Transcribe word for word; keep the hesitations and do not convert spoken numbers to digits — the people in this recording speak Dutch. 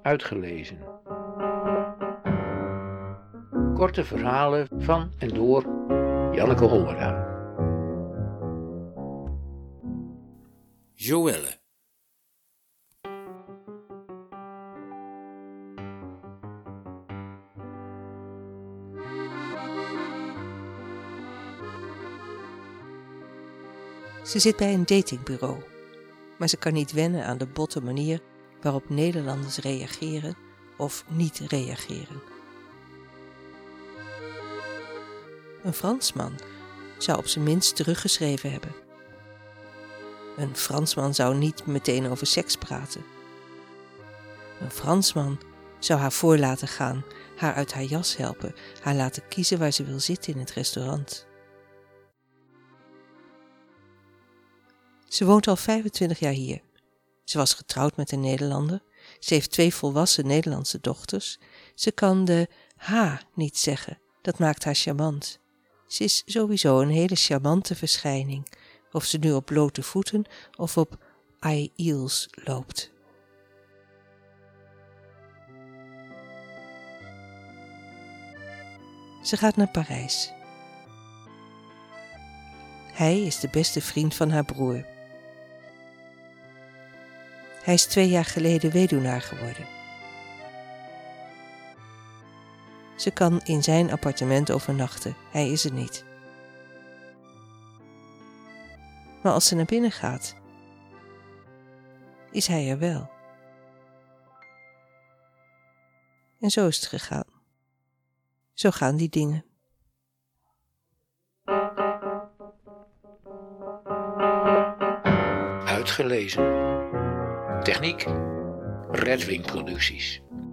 Uitgelezen. Korte verhalen van en door Janneke Hollera. Joelle. Ze zit bij een datingbureau, maar ze kan niet wennen aan de botte manier waarop Nederlanders reageren of niet reageren. Een Fransman zou op zijn minst teruggeschreven hebben. Een Fransman zou niet meteen over seks praten. Een Fransman zou haar voor laten gaan, haar uit haar jas helpen, haar laten kiezen waar ze wil zitten in het restaurant. Ze woont al vijfentwintig jaar hier. Ze was getrouwd met een Nederlander. Ze heeft twee volwassen Nederlandse dochters. Ze kan de H niet zeggen. Dat maakt haar charmant. Ze is sowieso een hele charmante verschijning, of ze nu op blote voeten of op high heels loopt. Ze gaat naar Parijs. Hij is de beste vriend van haar broer. Hij is twee jaar geleden weduwnaar geworden. Ze kan in zijn appartement overnachten, hij is er niet. Maar als ze naar binnen gaat, is hij er wel. En zo is het gegaan. Zo gaan die dingen. Uitgelezen. Techniek Redwing Producties.